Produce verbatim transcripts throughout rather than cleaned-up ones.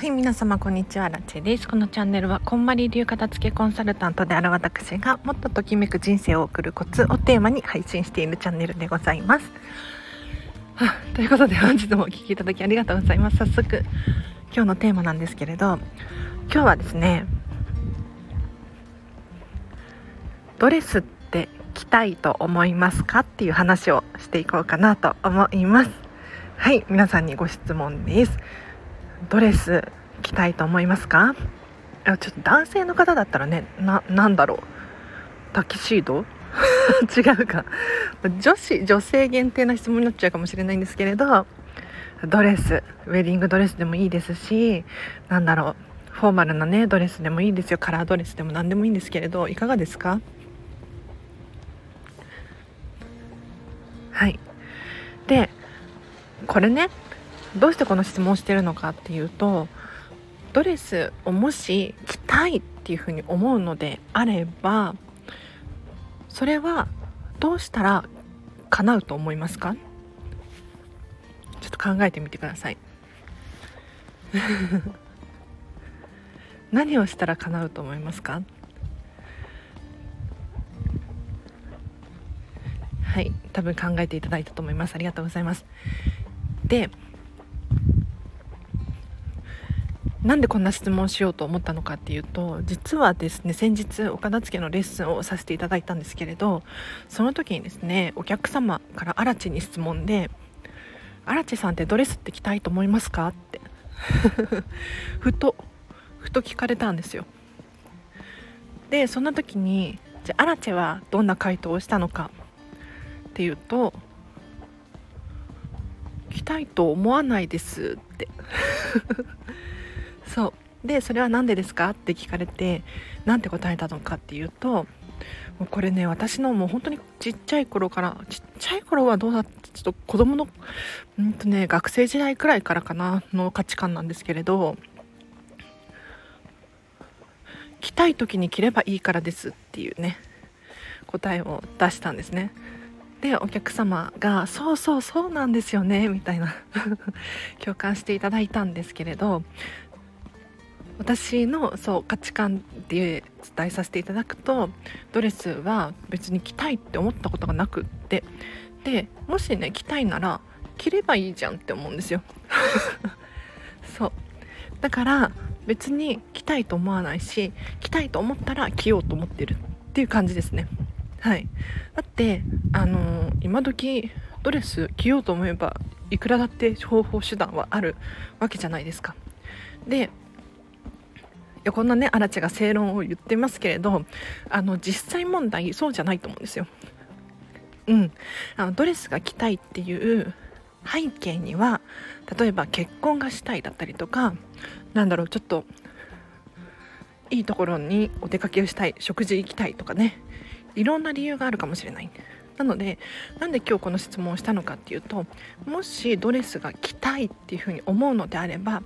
はい、皆様こんにちは、ラチェです。このチャンネルはこんまり流片付けコンサルタントである私がもっとときめく人生を送るコツをテーマに配信しているチャンネルでございます。はあ、ということで本日もお聞きいただきありがとうございます。早速今日のテーマなんですけれど、今日はですね、ドレスって着たいと思いますかっていう話をしていこうかなと思います。はい、皆さんにご質問です。ドレス着たいと思いますか？ちょっと男性の方だったらね、な、なんだろう、タキシード違うか、女子女性限定な質問になっちゃうかもしれないんですけれど、ドレス、ウェディングドレスでもいいですし、なんだろう、フォーマルなねドレスでもいいですよ。カラードレスでも何でもいいんですけれど、いかがですか？はい。で、これね、どうしてこの質問をしているのかっていうと、ドレスをもし着たいっていうふうに思うのであれば、それはどうしたら叶うと思いますか？ちょっと考えてみてください。何をしたら叶うと思いますか？はい、多分考えていただいたと思います。ありがとうございます。で、なんでこんな質問をしようと思ったのかっていうと、実はですね、先日お片付けのレッスンをさせていただいたんですけれど、その時にですね、お客様から荒地に質問で、荒地さんってドレスって着たいと思いますかってふとふと聞かれたんですよ。で、そんな時に、じゃあ荒地はどんな回答をしたのかっていうと、着たいと思わないですってそうで、それは何でですかって聞かれて、なんて答えたのかっていうと、もうこれね、私のもう本当にちっちゃい頃から、ちっちゃい頃はどうだって、ちょっと子供のうんとね学生時代くらいからかなの価値観なんですけれど、着たい時に着ればいいからですっていうね答えを出したんですね。で、お客様がそうそうそうなんですよねみたいな共感していただいたんですけれど、私のそう価値観で伝えさせていただくと、ドレスは別に着たいって思ったことがなくって、でもしね着たいなら着ればいいじゃんって思うんですよそうだから別に着たいと思わないし、着たいと思ったら着ようと思ってるっていう感じですね。はい。だってあのー、今時ドレス着ようと思えばいくらだって方法手段はあるわけじゃないですか。で、いやこんなねアラチェが正論を言ってますけれど、あの実際問題そうじゃないと思うんですよ。うん、あのドレスが着たいっていう背景には、例えば結婚がしたいだったりとか、なんだろう、ちょっといいところにお出かけをしたい、食事行きたいとかね、いろんな理由があるかもしれない。なので、なんで今日この質問をしたのかっていうと、もしドレスが着たいっていうふうに思うのであれば、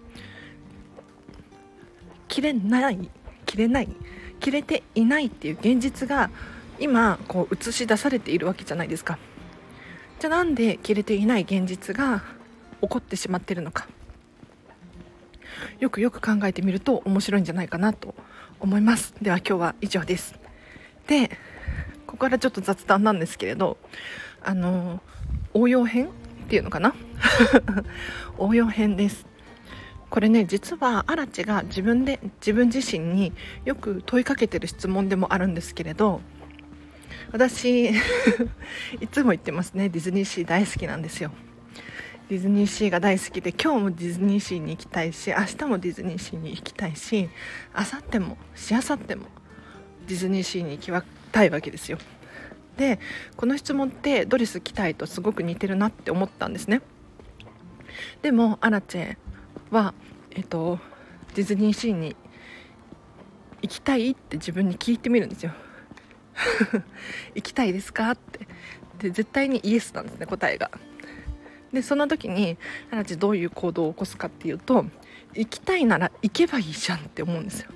着れない着れない着れていないっていう現実が今こう映し出されているわけじゃないですか。じゃあなんで着れていない現実が起こってしまっているのか、よくよく考えてみると面白いんじゃないかなと思います。では今日は以上です。で、ここからちょっと雑談なんですけれど、あの応用編っていうのかな応用編です。これね、実はアラチが自分で自分自身によく問いかけてる質問でもあるんですけれど、私いつも言ってますね、ディズニーシー大好きなんですよ。ディズニーシーが大好きで、今日もディズニーシーに行きたいし、明日もディズニーシーに行きたいし、明後日もしあさってもディズニーシーに行きたいわけですよ。で、この質問ってドレス着たいとすごく似てるなって思ったんですね。でもアラチェは、えっと、ディズニーシーに行きたいって自分に聞いてみるんですよ行きたいですかって。で、絶対にイエスなんですね、答えが。で、そんな時にあらちどういう行動を起こすかっていうと、行きたいなら行けばいいじゃんって思うんですよ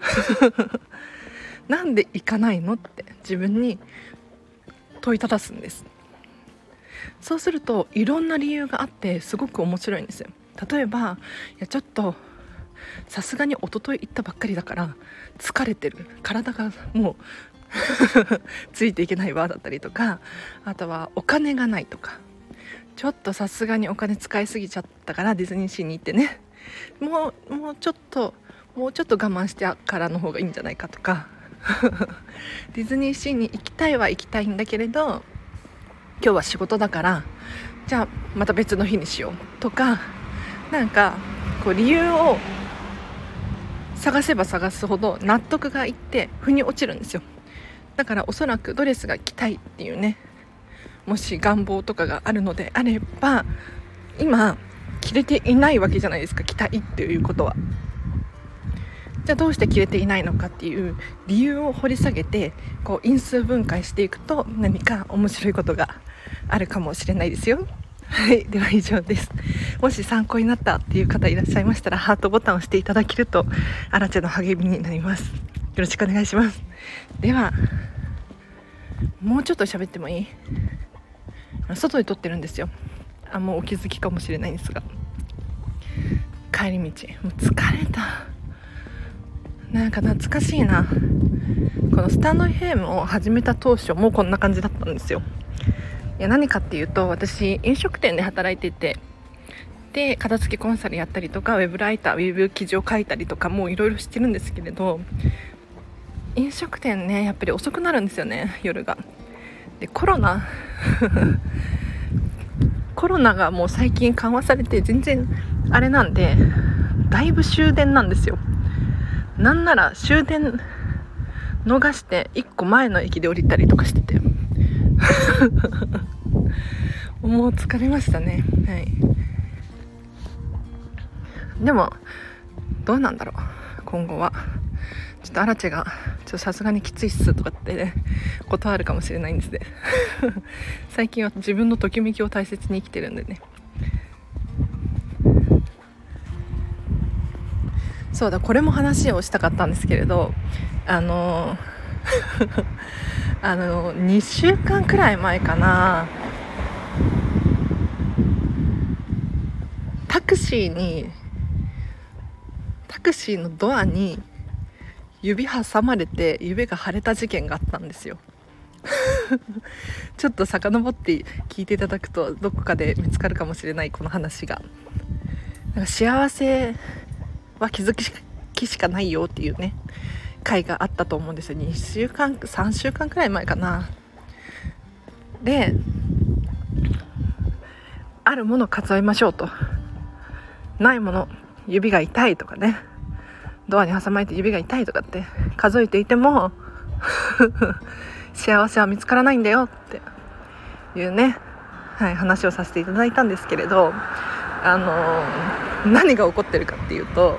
なんで行かないのって自分に問いただすんです。そうするといろんな理由があってすごく面白いんですよ。例えば、いやちょっとさすがに一昨日行ったばっかりだから疲れてる、体がもうついていけないわだったりとか、あとはお金がないとか、ちょっとさすがにお金使いすぎちゃったからディズニーシーに行ってね、もうもうちょっともうちょっと我慢してからの方がいいんじゃないかとかディズニーシーに行きたいは行きたいんだけれど今日は仕事だからじゃあまた別の日にしようとか、なんかこう理由を探せば探すほど納得がいって腑に落ちるんですよ。だからおそらくドレスが着たいっていうね、もし願望とかがあるのであれば今着れていないわけじゃないですか、着たいっていうことは。じゃあどうして着れていないのかっていう理由を掘り下げてこう因数分解していくと何か面白いことがあるかもしれないですよ。はい、では以上です。もし参考になったっていう方いらっしゃいましたらハートボタンを押していただけるとアラチェの励みになります。よろしくお願いします。ではもうちょっと喋ってもいい？外で撮ってるんですよ。あ、もうお気づきかもしれないんですが、帰り道もう疲れた。なんか懐かしいな。このスタンド エフエム を始めた当初もこんな感じだったんですよ。いや何かっていうと、私飲食店で働いてて、で片付けコンサルやったりとかウェブライターウェブ記事を書いたりとかもういろいろしてるんですけれど、飲食店ねやっぱり遅くなるんですよね、夜が。でコロナコロナがもう最近緩和されて全然あれなんで、だいぶ終電なんですよ。なんなら終電逃していっこまえの駅で降りたりとかしててもう疲れましたね。はい。でもどうなんだろう、今後はちょっとアラチェがちょっとさすがにきついっすとかってね断るかもしれないんですね最近は自分のときめきを大切に生きてるんでね。そうだ、これも話をしたかったんですけれど、あのあのにしゅうかんくらい前かな、タクシーにタクシーのドアに指挟まれて指が腫れた事件があったんですよちょっと遡って聞いていただくとどこかで見つかるかもしれないこの話が。なんか幸せは気づきしかないよっていうね回があったと思うんですよ。にしゅうかんさんしゅうかんくらい前かな。であるものを数えましょうと、ないもの指が痛いとかね、ドアに挟まれて指が痛いとかって数えていても幸せは見つからないんだよっていうね、はい、話をさせていただいたんですけれど、あのー、何が起こってるかっていうと、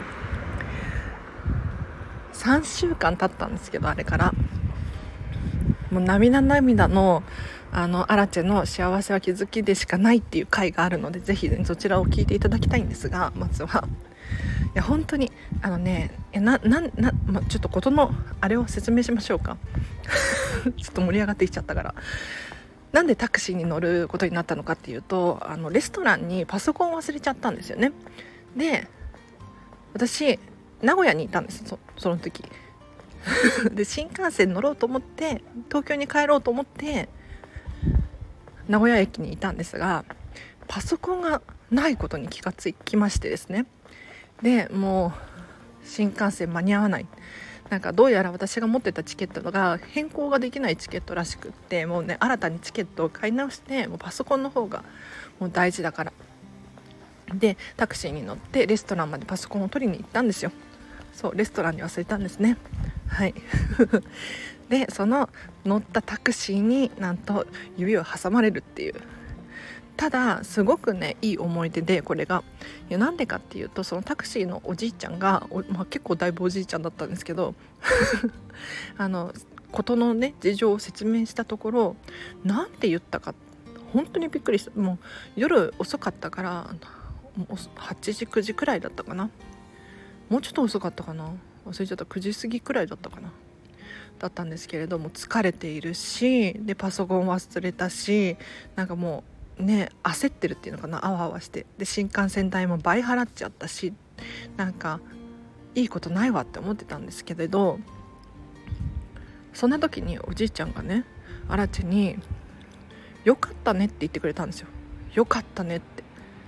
さんしゅうかん経ったんですけど、あれからもう涙涙のあのアラチェの幸せは気づきでしかないっていう回があるので、ぜひ、ね、そちらを聞いていただきたいんですが、まずはいや本当にあのねななな、ま、ちょっとことのあれを説明しましょうかちょっと盛り上がってきちゃったから。なんでタクシーに乗ることになったのかっていうと、あのレストランにパソコンを忘れちゃったんですよね。で私名古屋にいたんです、 そ, その時で新幹線乗ろうと思って東京に帰ろうと思って名古屋駅にいたんですが、パソコンがないことに気がつきましてですね。でもう新幹線間に合わない、なんかどうやら私が持ってたチケットが変更ができないチケットらしくって、もうね新たにチケットを買い直して、もうパソコンの方がもう大事だからでタクシーに乗ってレストランまでパソコンを取りに行ったんですよ。そうレストランに忘れたんですね。はいでその乗ったタクシーになんと指を挟まれるっていう、ただすごくねいい思い出で、これがいやなんでかっていうと、そのタクシーのおじいちゃんがお、まあ、結構だいぶおじいちゃんだったんですけどあの事のね事情を説明したところ、なんて言ったか本当にびっくりした。もう夜遅かったからはちじくじくらいだったかな、もうちょっと遅かったかな、忘れちゃった、くじ過ぎくらいだったかなだったんですけれども、疲れているし、でパソコン忘れたし、なんかもうね焦ってるっていうのかな、あわあわして、で新幹線代も倍払っちゃったし、なんかいいことないわって思ってたんですけれど、そんな時におじいちゃんがね、アラチェによかったねって言ってくれたんですよ。よかったねって。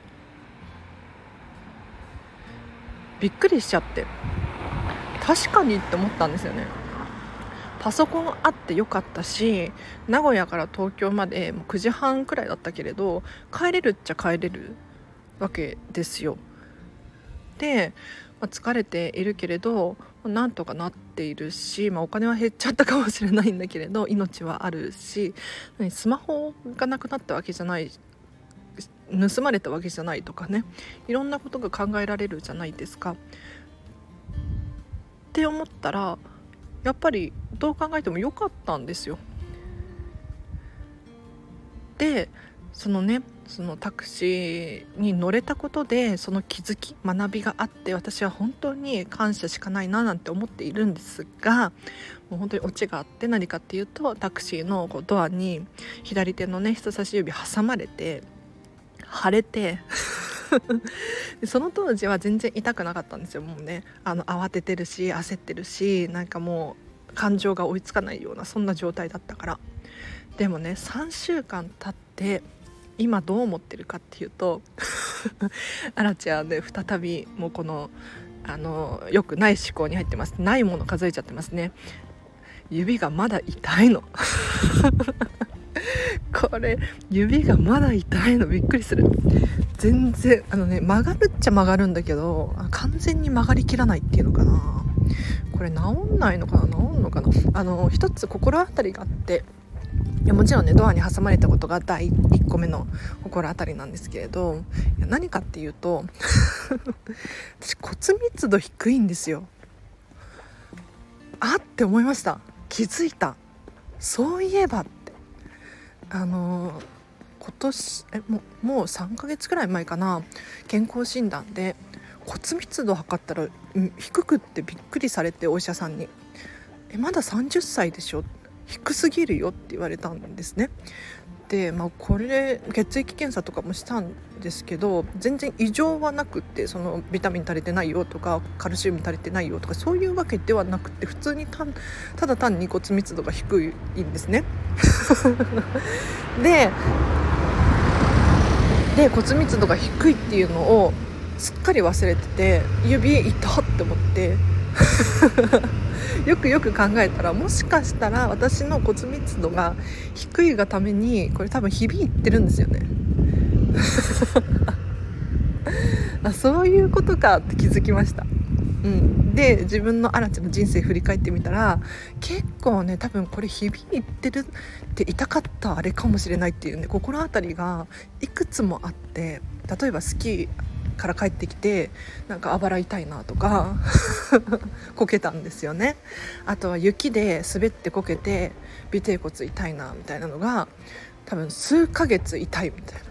びっくりしちゃって、確かにって思ったんですよね。パソコンあってよかったし、名古屋から東京までもうくじはんくらいだったけれど帰れるっちゃ帰れるわけですよ。で、まあ、疲れているけれどなんとかなっているし、まあ、お金は減っちゃったかもしれないんだけれど命はあるし、スマホがなくなったわけじゃない、盗まれたわけじゃないとかね、いろんなことが考えられるじゃないですかって思ったら、やっぱりどう考えても良かったんですよ。でそのねそのタクシーに乗れたことでその気づき学びがあって、私は本当に感謝しかないななんて思っているんですが、もう本当にオチがあって、何かっていうと、タクシーのこうドアに左手のね人差し指挟まれて腫れてその当時は全然痛くなかったんですよ。もうねあの慌ててるし焦ってるし、なんかもう感情が追いつかないようなそんな状態だったから。でもねさんしゅうかん経って今どう思ってるかっていうとアラチはね再びもうこのあの良くない思考に入ってます。ないもの数えちゃってますね。指がまだ痛いのこれ指がまだ痛いの、びっくりする。全然あのね曲がるっちゃ曲がるんだけど完全に曲がりきらないっていうのかな。これ治んないのかな、治んのかな。あの一つ心当たりがあって、いやもちろんねドアに挟まれたことが第いっこめの心当たりなんですけれど、いや何かっていうと私骨密度低いんですよ。あって思いました。気づいた。そういえばってあの今年えもう、もうさんかげつくらい前かな、健康診断で骨密度測ったら低くってびっくりされて、お医者さんにえまださんじゅっさいでしょ、低すぎるよって言われたんですね。で、まあ、これ血液検査とかもしたんですけど全然異常はなくって、そのビタミン足りてないよとかカルシウム足りてないよとかそういうわけではなくて、普通に た, ただ単に骨密度が低いんですねでで骨密度が低いっていうのをすっかり忘れてて、指痛って思ってよくよく考えたら、もしかしたら私の骨密度が低いがためにこれ多分響いてるんですよねあ、そういうことかって気づきました。うん、で自分のアラチの人生振り返ってみたら、結構ね多分これ響いてるって痛かったあれかもしれないっていうね心当たりがいくつもあって、例えばスキーから帰ってきてなんかあばら痛いなとかこけたんですよね。あとは雪で滑ってこけて尾てい骨痛いなみたいなのが多分数ヶ月痛いみたい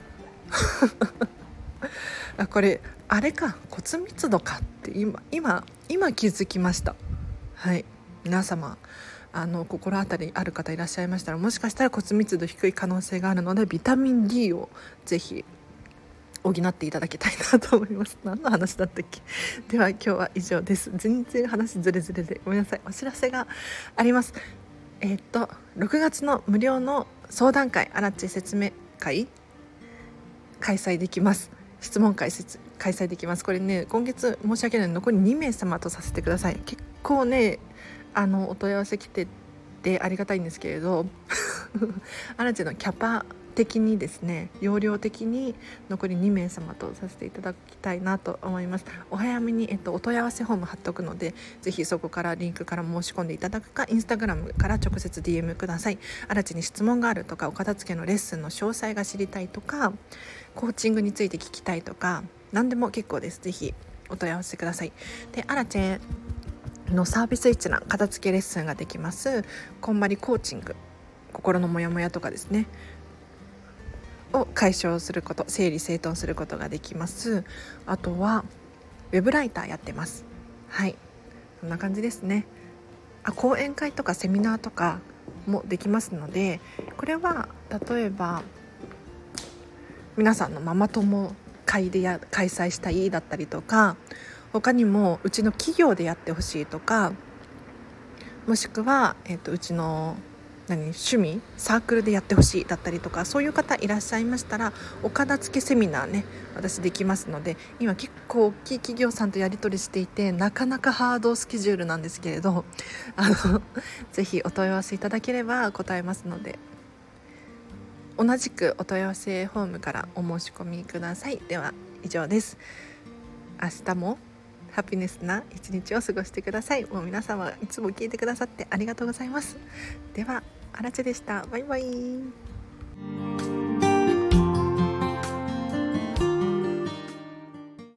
なあ、これあれか、骨密度かって今今今気づきました。はい、皆様あの心当たりある方いらっしゃいましたら、もしかしたら骨密度低い可能性があるのでビタミン D をぜひ補っていただきたいなと思います。何の話だったっけ。では今日は以上です。全然話ずれずれでごめんなさい。お知らせがあります。えー、っとろくがつの無料の相談会アラチ説明会開催できます。質問会開催できます。これね今月申し訳ないので残りにめい様とさせてください。結構ねあのお問い合わせ来ててありがたいんですけれどアラチのキャパ的にですね、容量的に残りにめい様とさせていただきたいなと思います。お早めに、えっと、お問い合わせフォーム貼っておくので、ぜひそこからリンクから申し込んでいただくか、インスタグラムから直接 ディーエム ください。あらちに質問があるとか、お片付けのレッスンの詳細が知りたいとか、コーチングについて聞きたいとか、何でも結構です。ぜひお問い合わせください。で、あらちのサービス一覧片付けレッスンができます。こんまりコーチング、心のモヤモヤとかですねを解消すること、整理整頓することができます。あとはウェブライターやってます。はい、そんな感じですね。あ、講演会とかセミナーとかもできますので、これは例えば皆さんのママ友会でや開催したいだったりとか、 他にもうちの企業でやってほしいとか、もしくは、えー、とうちの何趣味サークルでやってほしいだったりとか、そういう方いらっしゃいましたら、お片付けセミナーね私できますので、今結構大きい企業さんとやり取りしていて、なかなかハードスケジュールなんですけれど、あのぜひお問い合わせいただければ答えますので、同じくお問い合わせフォームからお申し込みください。では以上です。明日もハピネスな一日を過ごしてください。もう皆様いつも聞いてくださってありがとうございます。では、あらちでした。バイバイ。